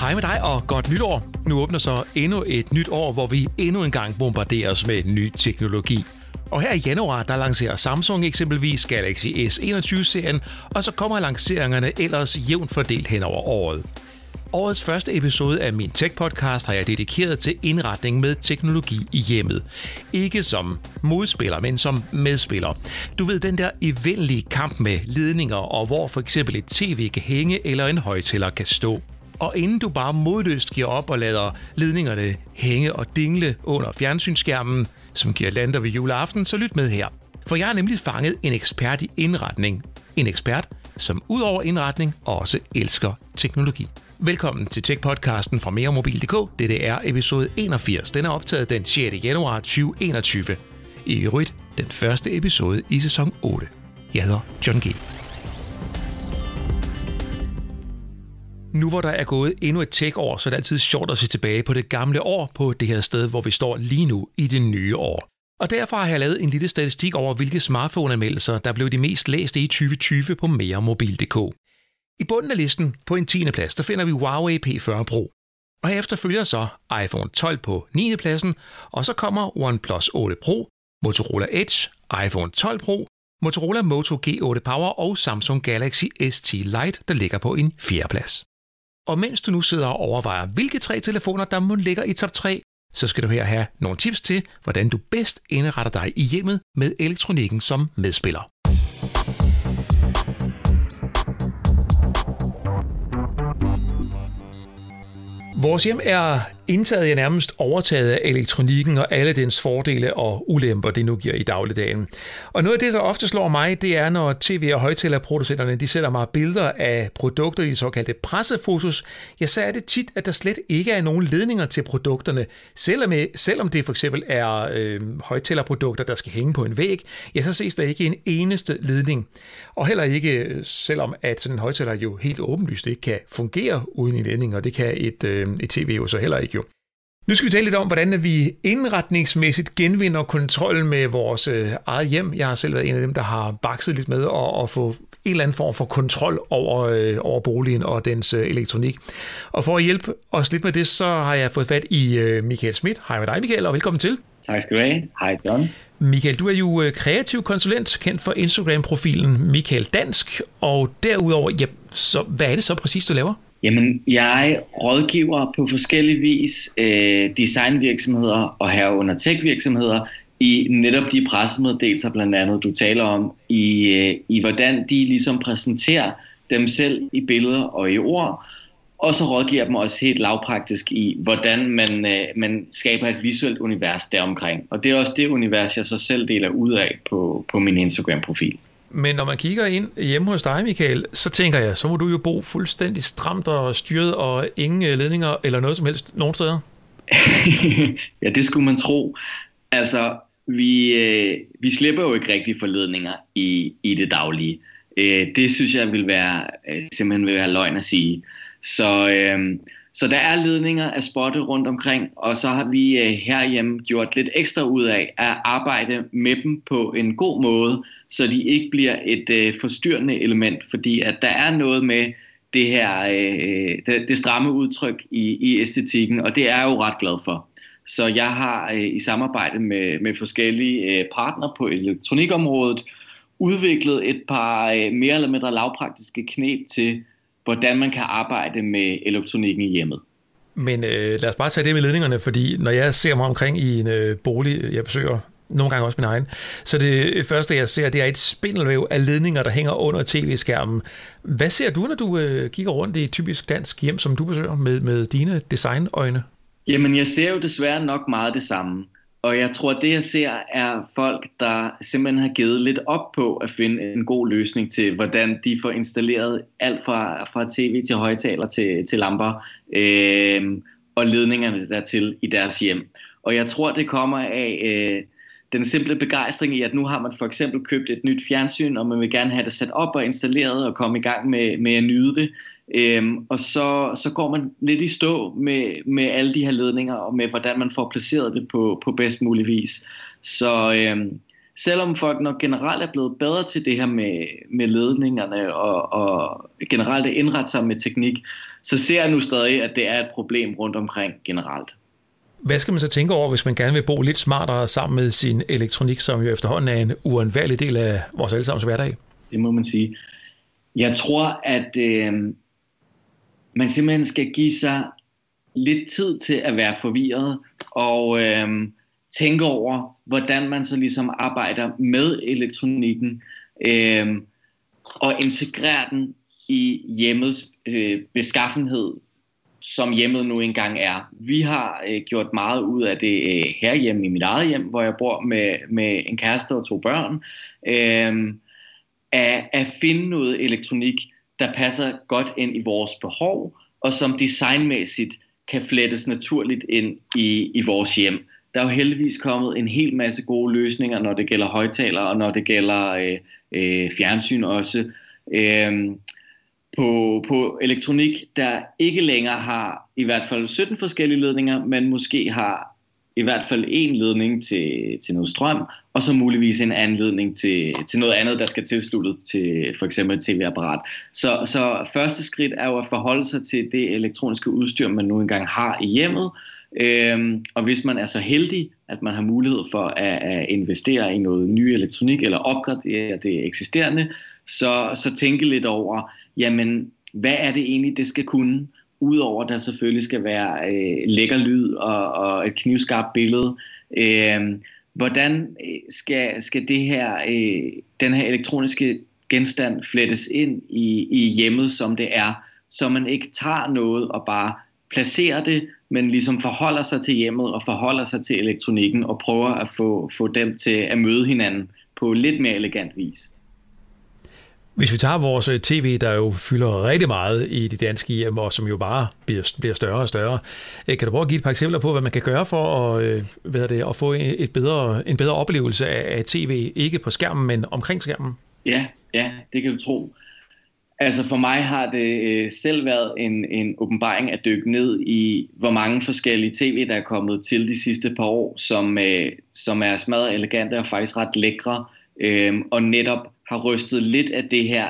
Hej med dig og godt nytår. Nu åbner så endnu et nyt år, hvor vi endnu en gang bombarderes med ny teknologi. Og her i januar, der lancerer Samsung eksempelvis Galaxy S21-serien, og så kommer lanceringerne ellers jævnt fordelt hen over året. Årets første episode af min tech-podcast har jeg dedikeret til indretning med teknologi i hjemmet. Ikke som modspiller, men som medspiller. Du ved, den der eventlige kamp med ledninger, og hvor for eksempel et tv kan hænge eller en højttaler kan stå. Og inden du bare modløst giver op og lader ledningerne hænge og dingle under fjernsynsskærmen, som giver lander ved juleaften, så lyt med her. For jeg har nemlig fanget en ekspert i indretning. En ekspert, som udover indretning også elsker teknologi. Velkommen til Tech-podcasten fra meremobil.dk. Dette er episode 81. Den er optaget den 6. januar 2021. I øvrigt den første episode i sæson 8. Jeg hedder John G. Nu hvor der er gået endnu et tech-år, så er det altid sjovt at se tilbage på det gamle år på det her sted, hvor vi står lige nu i det nye år. Og derfor har jeg lavet en lille statistik over, hvilke smartphone-anmeldelser, der blev de mest læste i 2020 på meremobil.dk. I bunden af listen på en 10. plads, der finder vi Huawei P40 Pro. Og herefter følger så iPhone 12 på 9. pladsen, og så kommer OnePlus 8 Pro, Motorola Edge, iPhone 12 Pro, Motorola Moto G8 Power og Samsung Galaxy S10 Lite, der ligger på en 4. plads. Og mens du nu sidder og overvejer, hvilke 3 telefoner, der må ligger i top 3, så skal du her have nogle tips til, hvordan du bedst indretter dig i hjemmet med elektronikken som medspiller. Vores hjem er indtaget og nærmest overtaget af elektronikken og alle dens fordele og ulemper, det nu giver i dagligdagen. Og noget af det, der ofte slår mig, det er, når tv- og højttalerproducenterne de sætter mig billeder af produkter i de såkaldte pressefotos, ja, så er det tit, at der slet ikke er nogen ledninger til produkterne. Selvom det for eksempel er højttalerprodukter, der skal hænge på en væg, ja, så ses der ikke en eneste ledning. Og heller ikke, selvom at sådan en højttaler jo helt åbenlyst ikke kan fungere uden en ledning, og det kan et tv jo så heller ikke jo. Nu skal vi tale lidt om, hvordan vi indretningsmæssigt genvinder kontrollen med vores eget hjem. Jeg har selv været en af dem, der har bakset lidt med at få en eller anden form for kontrol over boligen og dens elektronik. Og for at hjælpe os lidt med det, så har jeg fået fat i Michael Schmidt. Hej med dig, Michael, og velkommen til. Tak skal du have. Hej, John. Michael, du er jo kreativ konsulent, kendt for Instagram-profilen Michael Dansk, og derudover, ja, så hvad er det så præcis, du laver? Jamen, jeg rådgiver på forskellige vis designvirksomheder og herunder tech-virksomheder i netop de pressemeddelelser, blandt andet du taler om, i hvordan de ligesom præsenterer dem selv i billeder og i ord, og så rådgiver dem også helt lavpraktisk i, hvordan man skaber et visuelt univers deromkring. Og det er også det univers, jeg så selv deler ud af på min Instagram-profil. Men når man kigger ind hjemme hos dig, Michael, så tænker jeg, så må du jo bo fuldstændig stramt og styret og ingen ledninger eller noget som helst nogen steder. Ja, det skulle man tro. Altså, vi slipper jo ikke rigtig for ledninger i det daglige. Det synes jeg simpelthen vil være løgn at sige. Så der er ledninger at spotte rundt omkring, og så har vi herhjemme gjort lidt ekstra ud af at arbejde med dem på en god måde, så de ikke bliver et forstyrrende element, fordi at der er noget med det her det stramme udtryk i æstetikken, og det er jeg jo ret glad for. Så jeg har i samarbejde med forskellige partnere på elektronikområdet udviklet et par mere eller mindre lavpraktiske kneb til, hvordan man kan arbejde med elektronikken i hjemmet. Men lad os bare tage det med ledningerne, fordi når jeg ser mig omkring i en bolig, jeg besøger nogle gange også min egen, så det første, jeg ser, det er et spindelvæv af ledninger, der hænger under tv-skærmen. Hvad ser du, når du kigger rundt i et typisk dansk hjem, som du besøger med dine designøjne? Jamen, jeg ser jo desværre nok meget det samme. Og jeg tror, at det jeg ser er folk, der simpelthen har givet lidt op på at finde en god løsning til, hvordan de får installeret alt fra tv til højttaler til lamper og ledningerne dertil i deres hjem. Og jeg tror, det kommer af den simple begejstring i, at nu har man for eksempel købt et nyt fjernsyn, og man vil gerne have det sat op og installeret og komme i gang med at nyde det. Og så går man lidt i stå med alle de her ledninger, og med hvordan man får placeret det på bedst mulig vis. Så selvom folk nok generelt er blevet bedre til det her med ledningerne og generelt at indrette sig med teknik, så ser jeg nu stadig, at det er et problem rundt omkring generelt. Hvad skal man så tænke over, hvis man gerne vil bo lidt smartere sammen med sin elektronik, som jo efterhånden er en uundværlig del af vores allesammens hverdag? Det må man sige. Jeg tror, at man simpelthen skal give sig lidt tid til at være forvirret og tænke over, hvordan man så ligesom arbejder med elektronikken og integrere den i hjemmets beskaffenhed, som hjemmet nu engang er. Vi har gjort meget ud af det herhjemme i mit eget hjem, hvor jeg bor med en kæreste og 2 børn, at finde noget elektronik, der passer godt ind i vores behov, og som designmæssigt kan flettes naturligt ind i vores hjem. Der er jo heldigvis kommet en hel masse gode løsninger, når det gælder højtalere, og når det gælder fjernsyn også. På elektronik, der ikke længere har i hvert fald 17 forskellige ledninger, men måske har i hvert fald en ledning til noget strøm, og så muligvis en anden ledning til noget andet, der skal tilsluttes til for eksempel et tv-apparat. Så første skridt er jo at forholde sig til det elektroniske udstyr, man nu engang har i hjemmet, og hvis man er så heldig, at man har mulighed for at investere i noget ny elektronik, eller opgradere det eksisterende, så tænke lidt over, jamen, hvad er det egentlig, det skal kunne? Udover der selvfølgelig skal være lækker lyd og et knivskarpt billede. Hvordan skal det her, den her elektroniske genstand flettes ind i hjemmet, som det er, så man ikke tager noget og bare placerer det, men ligesom forholder sig til hjemmet og forholder sig til elektronikken og prøver at få dem til at møde hinanden på lidt mere elegant vis. Hvis vi tager vores tv, der jo fylder rigtig meget i de danske hjem, og som jo bare bliver større og større, kan du prøve at give et par eksempler på, hvad man kan gøre for at få en bedre oplevelse af tv, ikke på skærmen, men omkring skærmen? Ja, det kan du tro. Altså for mig har det selv været en åbenbaring at dykke ned i, hvor mange forskellige tv, der er kommet til de sidste par år, som er smadret elegante og faktisk ret lækre, og netop har rystet lidt af det her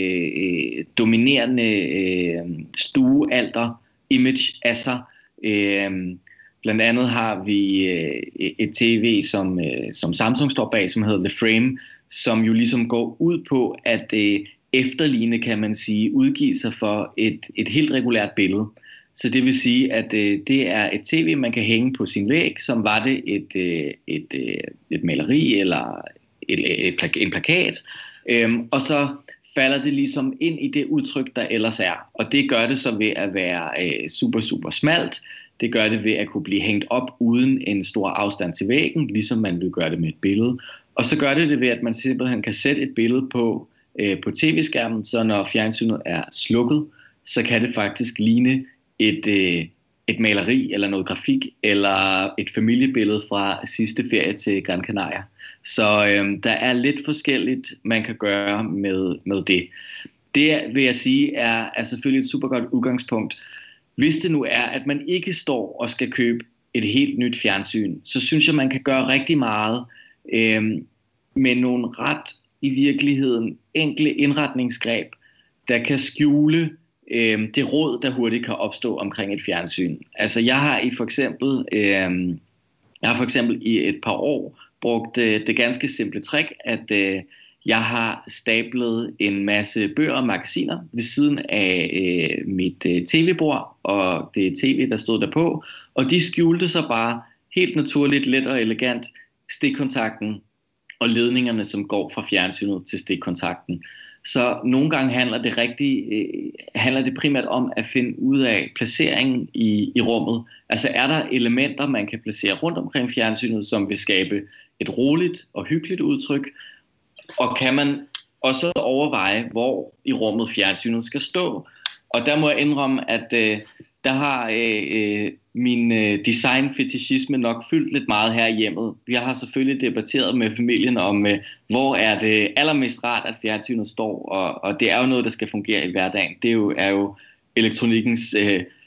dominerende stuealter image af sig. Blandt andet har vi et tv, som Samsung står bag, som hedder The Frame, som jo ligesom går ud på at efterligne, kan man sige, udgive sig for et helt regulært billede. Så det vil sige, at det er et tv, man kan hænge på sin væg, som var det et maleri eller en plakat, og så falder det ligesom ind i det udtryk, der ellers er. Og det gør det så ved at være super, super smalt. Det gør det ved at kunne blive hængt op uden en stor afstand til væggen, ligesom man vil gøre det med et billede. Og så gør det ved, at man simpelthen kan sætte et billede på tv-skærmen, så når fjernsynet er slukket, så kan det faktisk ligne et maleri eller noget grafik eller et familiebillede fra sidste ferie til Gran Canaria. Så der er lidt forskelligt, man kan gøre med det. Det vil jeg sige er selvfølgelig et super godt udgangspunkt. Hvis det nu er, at man ikke står og skal købe et helt nyt fjernsyn, så synes jeg, man kan gøre rigtig meget med nogle ret i virkeligheden enkle indretningsgreb, der kan skjule det råd, der hurtigt kan opstå omkring et fjernsyn. Altså jeg har for eksempel i et par år brugt det ganske simple trick, at jeg har stablet en masse bøger og magasiner ved siden af mit tv-bord, og det tv, der stod der på, og de skjulte så bare helt naturligt, let og elegant stikkontakten og ledningerne, som går fra fjernsynet til stikkontakten. Så nogle gange handler det primært om at finde ud af placeringen i rummet. Altså er der elementer, man kan placere rundt omkring fjernsynet, som vil skabe et roligt og hyggeligt udtryk, og kan man også overveje, hvor i rummet fjernsynet skal stå. Og der må jeg indrømme, at der har min design-fetishisme nok fyldt lidt meget her i hjemmet. Jeg har selvfølgelig debatteret med familien om, hvor er det allermest rart, at fjernsynet står, og det er jo noget, der skal fungere i hverdagen. Det er jo elektronikkens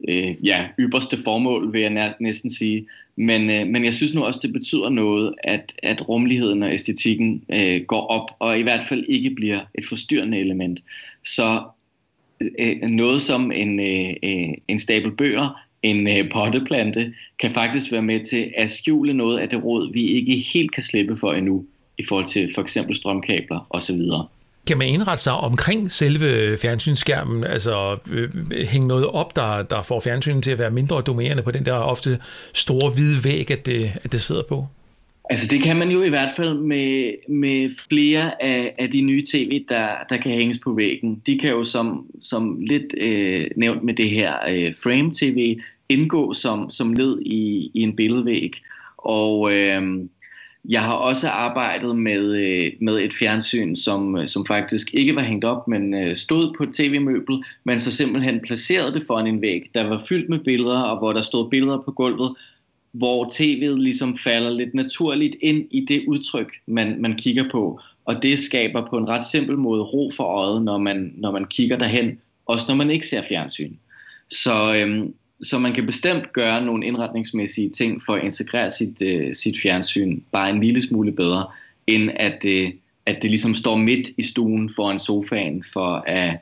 ypperste formål, vil jeg næsten sige. Men jeg synes nu også, det betyder noget, at rummeligheden og æstetikken går op, og i hvert fald ikke bliver et forstyrrende element. Så noget som en stabel bøger, en potteplante, kan faktisk være med til at skjule noget af det rod, vi ikke helt kan slippe for endnu, i forhold til for eksempel strømkabler osv. Kan man indrette sig omkring selve fjernsynsskærmen, altså hænge noget op, der får fjernsynet til at være mindre dominerende på den der ofte store hvide væg, at det sidder på? Altså det kan man jo i hvert fald med flere af de nye tv, der kan hænges på væggen. De kan jo som lidt nævnt med det her frame tv indgå som led i en billedvæg. Og jeg har også arbejdet med et fjernsyn, som faktisk ikke var hængt op, men stod på et tv-møbel, men så simpelthen placerede det foran en væg, der var fyldt med billeder, og hvor der stod billeder på gulvet, hvor tv'et ligesom falder lidt naturligt ind i det udtryk, man kigger på. Og det skaber på en ret simpel måde ro for øjet, når man kigger derhen, også når man ikke ser fjernsyn. Så man kan bestemt gøre nogle indretningsmæssige ting for at integrere sit fjernsyn bare en lille smule bedre, end at det ligesom står midt i stuen foran sofaen for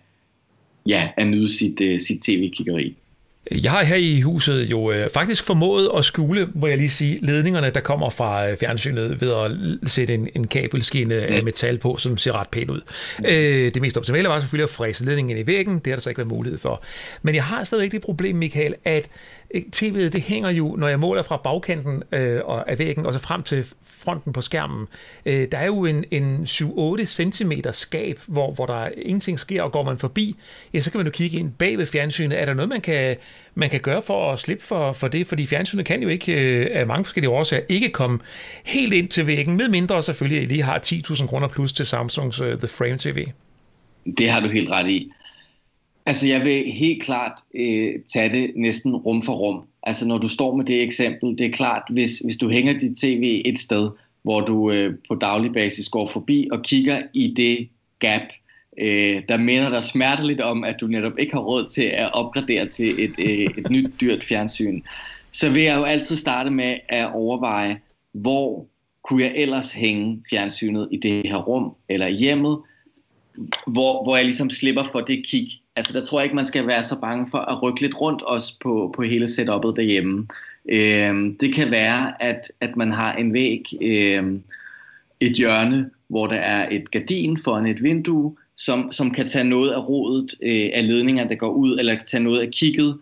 at nyde sit tv-kiggeri. Jeg har her i huset jo faktisk formået at skjule, må jeg lige sige, ledningerne, der kommer fra fjernsynet ved at sætte en kabelskinne af metal på, som ser ret pænt ud. Det mest optimale var selvfølgelig at fræse ledningen ind i væggen. Det har der så ikke været mulighed for. Men jeg har stadigvæk det problem, Michael, at tv'et, det hænger jo, når jeg måler fra bagkanten af væggen og så frem til fronten på skærmen. Der er jo en 7-8 centimeter skab, hvor der ingenting sker, og går man forbi, ja, så kan man jo kigge ind bag ved fjernsynet. Er der noget, man kan gøre for at slippe for det? Fordi fjernsynet kan jo ikke af mange forskellige årsager ikke komme helt ind til væggen, med mindre selvfølgelig, at I lige har 10.000 kroner plus til Samsungs The Frame TV. Det har du helt ret i. Altså jeg vil helt klart tage det næsten rum for rum. Altså når du står med det eksempel, det er klart, hvis du hænger dit tv et sted, hvor du på daglig basis går forbi og kigger i det gap, der minder dig smerteligt om, at du netop ikke har råd til at opgradere til et nyt dyrt fjernsyn, så vil jeg jo altid starte med at overveje, hvor kunne jeg ellers hænge fjernsynet i det her rum eller hjemmet, hvor jeg ligesom slipper for det kig. Altså der tror jeg ikke, man skal være så bange for at rykke lidt rundt også på hele setupet derhjemme. Det kan være, at man har en væg, et hjørne, hvor der er et gardin foran et vindue, som kan tage noget af rodet af ledninger, der går ud, eller tage noget af kigget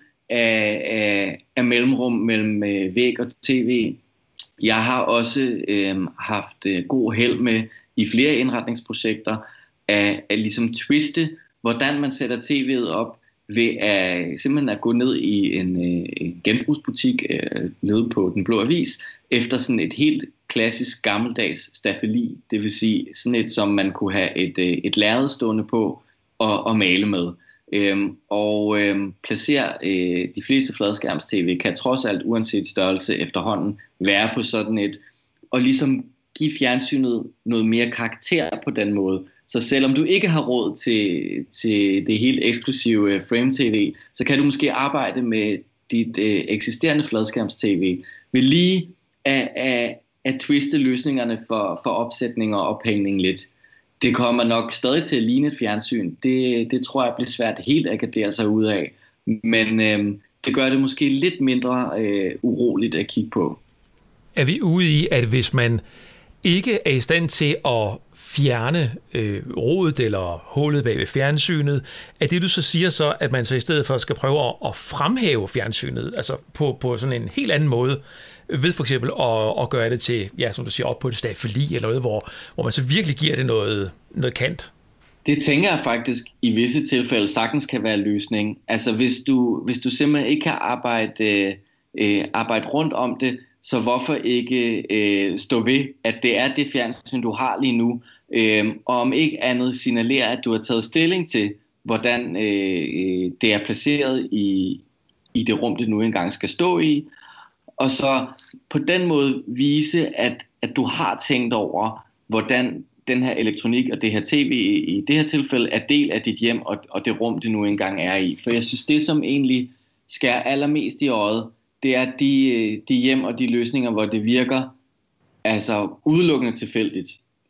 af mellemrum mellem væg og tv. Jeg har også haft god held med i flere indretningsprojekter at ligesom twiste, hvordan man sætter tv'et op ved simpelthen at gå ned i en genbrugsbutik nede på Den Blå Avis efter sådan et helt klassisk gammeldags staffeli, det vil sige sådan et, som man kunne have et lærred stående på og male med. Placere de fleste fladskærms-tv kan trods alt, uanset størrelse efterhånden, være på sådan et, og ligesom give fjernsynet noget mere karakter på den måde. Så selvom du ikke har råd til det helt eksklusive frame-tv, så kan du måske arbejde med dit eksisterende fladskærms-tv ved lige at twiste løsningerne for opsætning og ophængning lidt. Det kommer nok stadig til at ligne et fjernsyn. Det tror jeg bliver svært helt at gardere sig ud af. Men det gør det måske lidt mindre uroligt at kigge på. Er vi ude i, at hvis man ikke er i stand til at fjerne rodet eller hullet bag ved fjernsynet, at det du så siger så, at man så i stedet for skal prøve at fremhæve fjernsynet, altså på sådan en helt anden måde, ved for eksempel at gøre det til, ja, som du siger, op på et staffeli eller noget, hvor man så virkelig giver det noget kant? Det tænker jeg faktisk i visse tilfælde sagtens kan være løsning. Altså hvis du simpelthen ikke kan arbejde rundt om det, så hvorfor ikke stå ved, at det er det fjernsyn, du har lige nu, og om ikke andet signalere, at du har taget stilling til, hvordan det er placeret i det rum, det nu engang skal stå i, og så på den måde vise, at du har tænkt over, hvordan den her elektronik og det her tv i det her tilfælde er del af dit hjem og det rum, det nu engang er i. For jeg synes, det som egentlig skærer allermest i øjet, det er de hjem og de løsninger, hvor det virker altså udelukkende tilfældigt.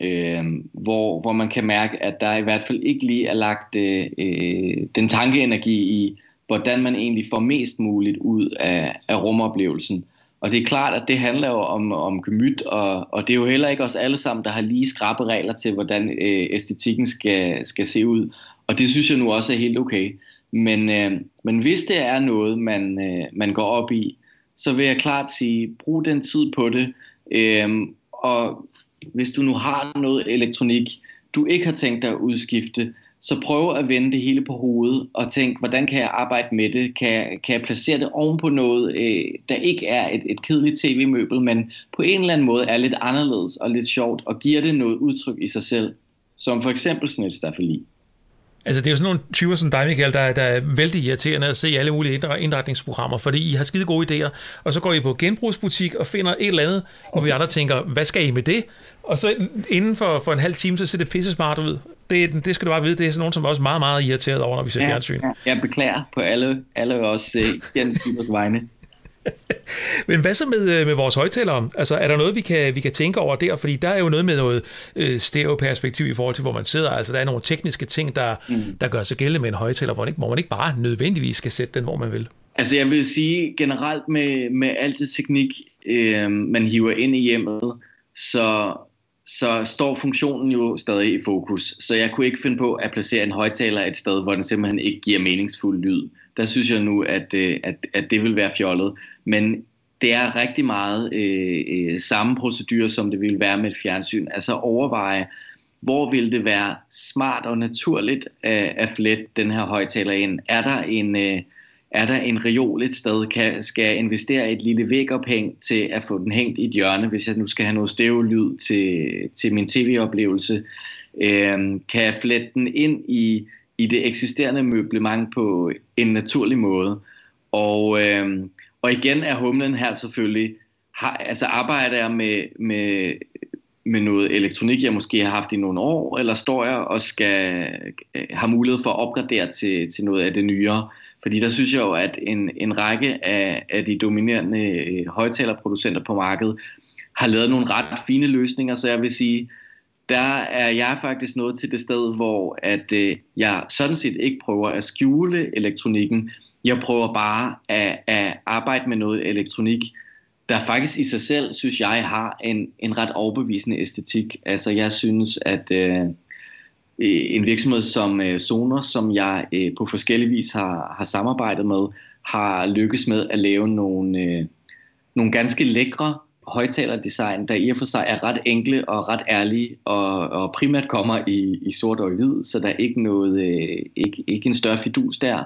Hvor man kan mærke, at der i hvert fald ikke lige er lagt den tankeenergi i, hvordan man egentlig får mest muligt ud af rumoplevelsen. Og det er klart, at det handler jo om gemyt, og det er jo heller ikke os alle sammen, der har lige skrappe regler til, hvordan æstetikken skal se ud. Og det synes jeg nu også er helt okay. Men hvis det er noget, man går op i, så vil jeg klart sige, brug den tid på det. Og hvis du nu har noget elektronik, du ikke har tænkt dig at udskifte, så prøv at vende det hele på hovedet og tænk, hvordan kan jeg arbejde med det? Kan jeg placere det oven på noget, der ikke er et kedeligt tv-møbel, men på en eller anden måde er lidt anderledes og lidt sjovt, og giver det noget udtryk i sig selv, som for eksempel sådan et staffeli. Altså det er jo sådan nogle typer som dig, Michael, der er vældig irriterende at se alle mulige indretningsprogrammer, fordi I har skide gode idéer, og så går I på genbrugsbutik og finder et eller andet, og vi andre tænker, hvad skal I med det? Og så inden for en halv time, så ser det pisse smart ud. Det skal du bare vide, det er sådan nogen, som er også meget, meget irriteret over, når vi ser fjernsyn. Ja, jeg beklager på alle os genbrugsbutikkers vegne. Men hvad så med vores højtalere? Altså, er der noget, vi kan tænke over der? Fordi der er jo noget med noget stereoperspektiv i forhold til, hvor man sidder. Altså, der er nogle tekniske ting, der gør sig gældende med en højtaler, hvor man ikke bare nødvendigvis skal sætte den, hvor man vil. Altså, jeg vil sige generelt med alt det teknik, man hiver ind i hjemmet, så står funktionen jo stadig i fokus. Så jeg kunne ikke finde på at placere en højtaler et sted, hvor den simpelthen ikke giver meningsfuld lyd. Der synes jeg nu, at det vil være fjollet. Men det er rigtig meget samme procedure, som det ville være med et fjernsyn. Altså overveje, hvor vil det være smart og naturligt at flette den her højtaler ind? Er der en reol et sted? Skal jeg investere et lille vægophæng til at få den hængt i et hjørne, hvis jeg nu skal have noget stereolyd til min tv-oplevelse? Kan jeg flette den ind i det eksisterende møblement på en naturlig måde? Og igen er humlen her selvfølgelig, arbejder jeg med noget elektronik, jeg måske har haft i nogle år, eller står jeg og har mulighed for at opgradere til noget af det nyere? Fordi der synes jeg jo, at en række af de dominerende højttalerproducenter på markedet har lavet nogle ret fine løsninger, så jeg vil sige, der er jeg faktisk nået til det sted, hvor at jeg sådan set ikke prøver at skjule elektronikken. Jeg prøver bare at arbejde med noget elektronik, der faktisk i sig selv, synes jeg, har en ret overbevisende æstetik. Altså jeg synes, at en virksomhed som Sonos, som jeg på forskellige vis har samarbejdet med, har lykkes med at lave nogle ganske lækre højtalerdesign, der i og for sig er ret enkle og ret ærlige, og primært kommer i sort og hvid, så der er ikke noget, ikke en større fidus der,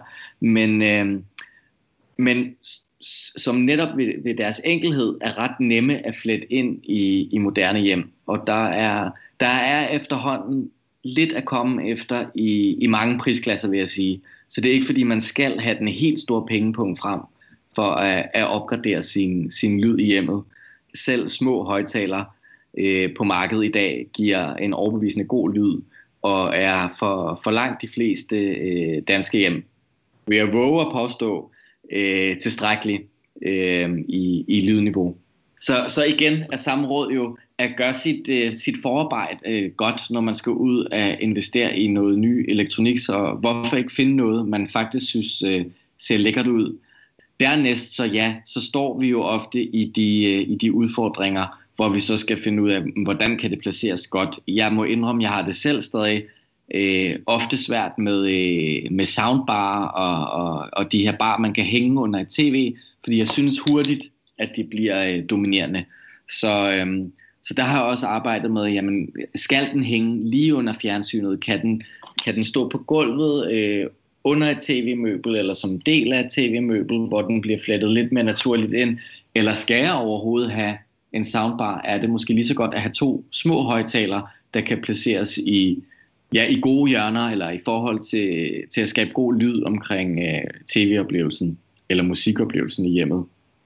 men som netop ved deres enkelhed er ret nemme at flette ind i moderne hjem, og der er efterhånden lidt at komme efter i mange prisklasser, vil jeg sige. Så det er ikke fordi man skal have den helt store pengepunkt frem for at opgradere sin lyd i hjemmet. Selv små højtalere på markedet i dag giver en overbevisende god lyd, og er for langt de fleste danske hjem, vil jeg våge at påstå, tilstrækkeligt i lydniveau. Så igen er samme råd jo at gøre sit forarbejde godt, når man skal ud og investere i noget ny elektronik, så hvorfor ikke finde noget, man faktisk synes ser lækkert ud. Dernæst så står vi jo ofte i de udfordringer, hvor vi så skal finde ud af, hvordan kan det placeres godt. Jeg må indrømme, jeg har det selv stadig ofte svært med soundbar og de her bar, man kan hænge under et tv, fordi jeg synes hurtigt, at de bliver dominerende. Så der har jeg også arbejdet med, jamen, skal den hænge lige under fjernsynet? Kan den stå på gulvet under et tv-møbel, eller som del af et tv-møbel, hvor den bliver flettet lidt mere naturligt ind? Eller skal jeg overhovedet have en soundbar? Er det måske lige så godt at have 2 små højtalere, der kan placeres i gode hjørner, eller i forhold til at skabe god lyd omkring tv-oplevelsen, eller musikoplevelsen i hjemmet?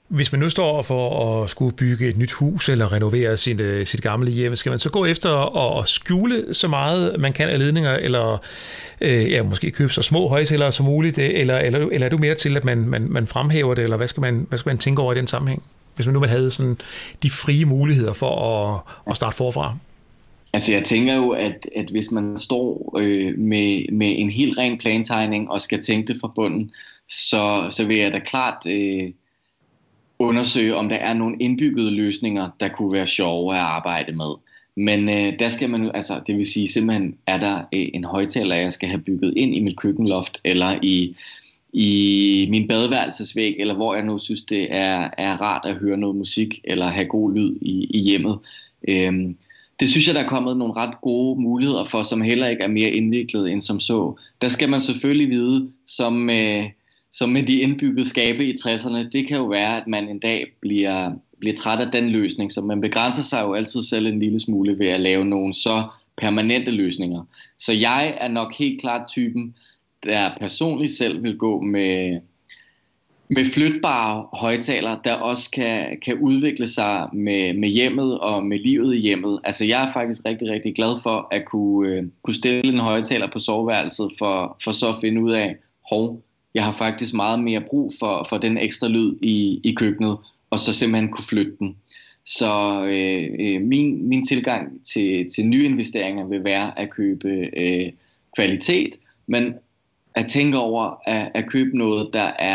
Hvis man nu står for at skulle bygge et nyt hus eller renovere sit gamle hjem, skal man så gå efter at skjule så meget, man kan af ledninger, eller måske købe så små højtalere som muligt, eller er du mere til, at man fremhæver det, eller hvad skal man tænke over i den sammenhæng? Hvis man havde sådan de frie muligheder for at starte forfra? Altså jeg tænker jo, at hvis man står med en helt ren plantegning og skal tænke det fra bunden, så vil jeg da klart undersøge, om der er nogle indbyggede løsninger, der kunne være sjove at arbejde med. Men der skal man, altså det vil sige simpelthen, er der en højtaler, jeg skal have bygget ind i mit køkkenloft, eller i min badeværelsesvæg, eller hvor jeg nu synes, det er rart at høre noget musik, eller have god lyd i hjemmet. Det synes jeg, der er kommet nogle ret gode muligheder for, som heller ikke er mere indviklet end som så. Der skal man selvfølgelig vide, som med de indbyggede skabe i 60'erne, det kan jo være, at man en dag bliver træt af den løsning, så man begrænser sig jo altid selv en lille smule ved at lave nogle så permanente løsninger. Så jeg er nok helt klart typen, der personligt selv vil gå med flytbare højtalere, der også kan udvikle sig med hjemmet og med livet i hjemmet. Altså jeg er faktisk rigtig, rigtig glad for at kunne stille en højtaler på soveværelset for så at finde ud af, jeg har faktisk meget mere brug for den ekstra lyd i køkkenet, og så simpelthen kunne flytte den. Så min tilgang til nye investeringer vil være at købe kvalitet, men at tænke over at købe noget,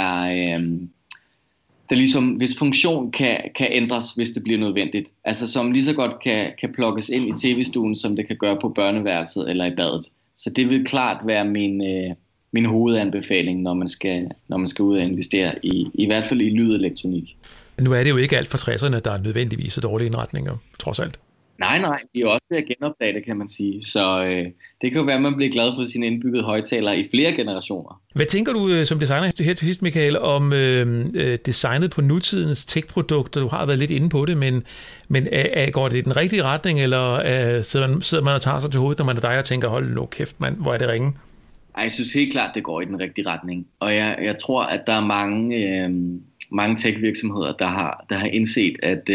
der ligesom, hvis funktion kan ændres, hvis det bliver nødvendigt. Altså som lige så godt kan plukkes ind i tv-stuen, som det kan gøre på børneværelset eller i badet. Så det vil klart være min hovedanbefaling, når man skal ud og investere i hvert fald i lydelektronik. Nu er det jo ikke alt fra 60'erne, der er nødvendigvis så dårlige indretninger, trods alt. Nej, vi er også ved at genopdage det, kan man sige. Så det kan jo være, at man bliver glad for sine indbyggede højtalere i flere generationer. Hvad tænker du som designer her til sidst, Michael, om designet på nutidens tech-produkter? Du har været lidt inde på det, men går det i den rigtige retning, eller sidder man og tager sig til hovedet, når man er dig og tænker, hold nu kæft mand, hvor er det ringe? Ej, jeg synes helt klart, det går i den rigtige retning. Og jeg tror, at der er mange tech-virksomheder, der har indset, at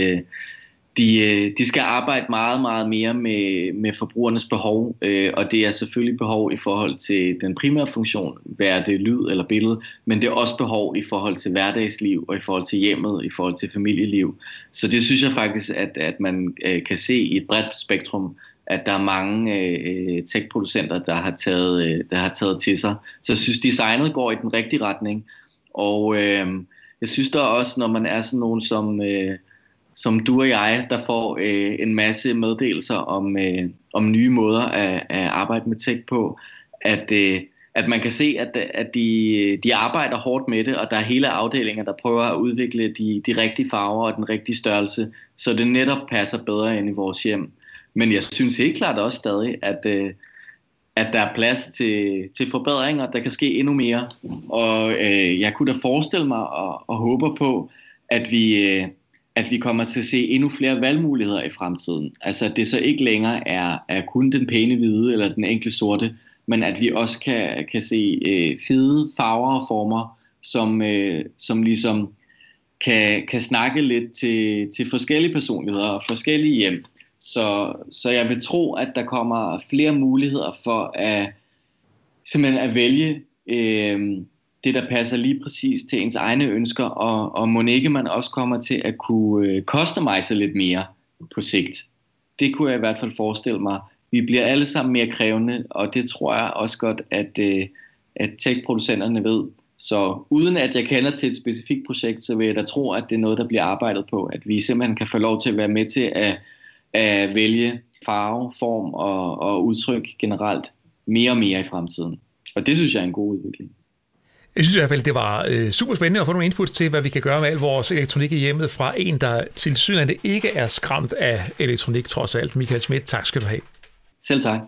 de skal arbejde meget, meget mere med forbrugernes behov, og det er selvfølgelig behov i forhold til den primære funktion, hvad det lyd eller billede, men det er også behov i forhold til hverdagsliv, og i forhold til hjemmet, i forhold til familieliv. Så det synes jeg faktisk, at man kan se i et bredt spektrum, at der er mange tech-producenter, der har taget til sig. Så jeg synes, designet går i den rigtige retning, og jeg synes der også, når man er sådan nogen som du og jeg, der får en masse meddelelser om nye måder at arbejde med tech på, at man kan se, at de arbejder hårdt med det, og der er hele afdelinger, der prøver at udvikle de rigtige farver og den rigtige størrelse, så det netop passer bedre ind i vores hjem. Men jeg synes helt klart også stadig, at der er plads til forbedringer, der kan ske endnu mere. Og jeg kunne da forestille mig og håber på, at vi kommer til at se endnu flere valgmuligheder i fremtiden. Altså at det så ikke længere er kun den pæne hvide eller den enkle sorte, men at vi også kan se fede farver og former, som ligesom kan snakke lidt til forskellige personligheder og forskellige hjem. Så jeg vil tro, at der kommer flere muligheder for simpelthen at vælge det, der passer lige præcis til ens egne ønsker, og må ikke man også kommer til at kunne customize lidt mere på sigt. Det kunne jeg i hvert fald forestille mig. Vi bliver alle sammen mere krævende, og det tror jeg også godt, at tech-producenterne ved. Så uden at jeg kender til et specifikt projekt, så vil jeg da tro, at det er noget, der bliver arbejdet på. At vi simpelthen kan få lov til at være med til at vælge farve, form og udtryk generelt mere og mere i fremtiden. Og det synes jeg er en god udvikling. Jeg synes i hvert fald, det var super spændende at få nogle inputs til, hvad vi kan gøre med al vores elektronik i hjemmet fra en, der tilsyneladende ikke er skræmt af elektronik trods alt. Michael Schmidt, tak skal du have. Selv tak.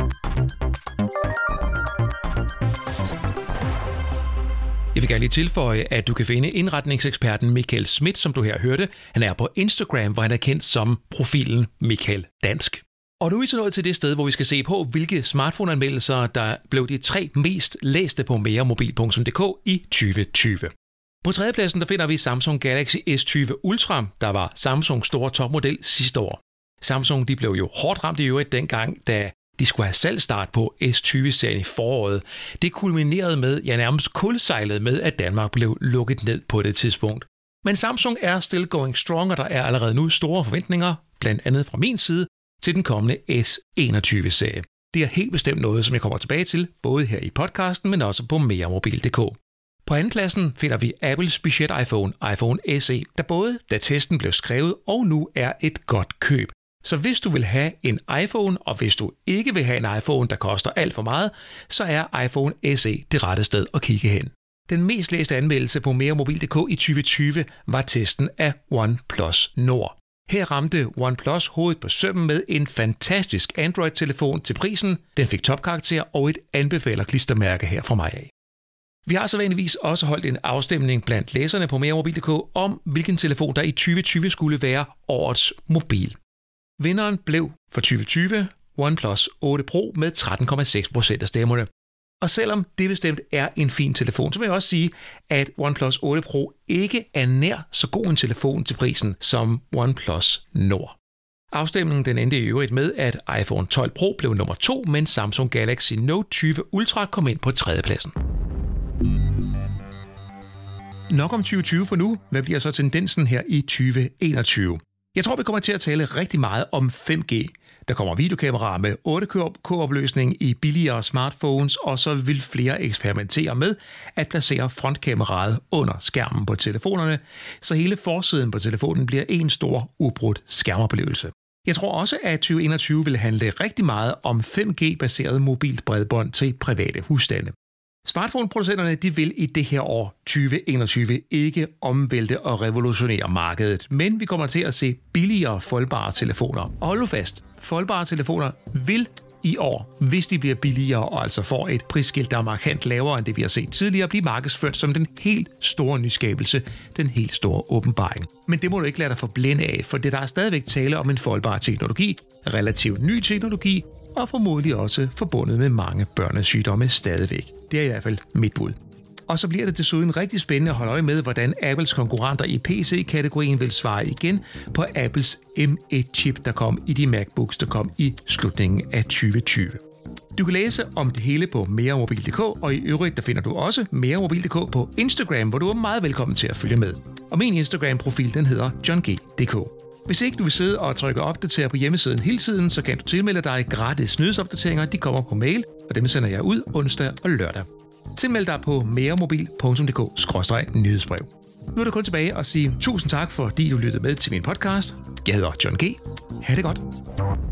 Jeg vil gerne lige tilføje, at du kan finde indretningseksperten Michael Schmidt, som du her hørte. Han er på Instagram, hvor han er kendt som profilen Michael Dansk. Og nu er vi så nået til det sted, hvor vi skal se på, hvilke smartphone-anmeldelser, der blev de 3 mest læste på meremobil.dk i 2020. På tredjepladsen der finder vi Samsung Galaxy S20 Ultra, der var Samsungs store topmodel sidste år. Samsung de blev jo hårdt ramt i øvrigt dengang, da de skulle have salgsstart på S20-serien i foråret. Det kulminerede med, nærmest kuldsejlede med, at Danmark blev lukket ned på det tidspunkt. Men Samsung er still going strong, og der er allerede nu store forventninger, blandt andet fra min side, til den kommende S21-serie. Det er helt bestemt noget, som jeg kommer tilbage til, både her i podcasten, men også på meremobil.dk. På andenpladsen finder vi Apples budget-iPhone, iPhone SE, der både da testen blev skrevet og nu er et godt køb. Så hvis du vil have en iPhone, og hvis du ikke vil have en iPhone, der koster alt for meget, så er iPhone SE det rette sted at kigge hen. Den mest læste anmeldelse på meremobil.dk i 2020 var testen af OnePlus Nord. Her ramte OnePlus hovedet på sømmen med en fantastisk Android-telefon til prisen. Den fik topkarakter og et anbefalerklistermærke her fra mig af. Vi har sædvanligvis også holdt en afstemning blandt læserne på meremobil.dk om, hvilken telefon der i 2020 skulle være årets mobil. Vinderen blev for 2020 OnePlus 8 Pro med 13,6% af stemmerne. Og selvom det bestemt er en fin telefon, så vil jeg også sige, at OnePlus 8 Pro ikke er nær så god en telefon til prisen som OnePlus Nord. Afstemningen den endte i øvrigt med, at iPhone 12 Pro blev nummer 2, men Samsung Galaxy Note 20 Ultra kom ind på tredjepladsen. Nok om 2020 for nu. Hvad bliver så tendensen her i 2021? Jeg tror, vi kommer til at tale rigtig meget om 5G. Der kommer videokameraer med 8K-opløsning i billigere smartphones, og så vil flere eksperimentere med at placere frontkameraet under skærmen på telefonerne, så hele forsiden på telefonen bliver en stor, ubrudt skærmoplevelse. Jeg tror også, at 2021 vil handle rigtig meget om 5G-baseret mobilt bredbånd til private husstande. Smartphone-producenterne de vil i det her år 2021 ikke omvælte og revolutionere markedet, men vi kommer til at se billigere foldbare telefoner. Og hold nu fast, foldbare telefoner vil i år, hvis de bliver billigere og altså får et prisskilt, der er markant lavere end det vi har set tidligere, blive markedsført som den helt store nyskabelse, den helt store åbenbaring. Men det må du ikke lade dig forblænde af, for det der er stadigvæk tale om en foldbar teknologi, relativt ny teknologi, og formodentlig også forbundet med mange børnesygdomme stadigvæk. Det er i hvert fald mit bud. Og så bliver det desuden rigtig spændende at holde øje med, hvordan Apples konkurrenter i PC-kategorien vil svare igen på Apples M1-chip, der kom i de MacBooks, der kom i slutningen af 2020. Du kan læse om det hele på meremobil.dk, og i øvrigt der finder du også meremobil.dk på Instagram, hvor du er meget velkommen til at følge med. Og min Instagram-profil den hedder johng.dk. Hvis ikke du vil sidde og trykke opdater på hjemmesiden hele tiden, så kan du tilmelde dig gratis nyhedsopdateringer. De kommer på mail, og dem sender jeg ud onsdag og lørdag. Tilmeld dig på meremobil.dk/nyhedsbrev. Nu er det kun tilbage at sige tusind tak, fordi du lyttede med til min podcast. Jeg hedder John G. Ha' det godt.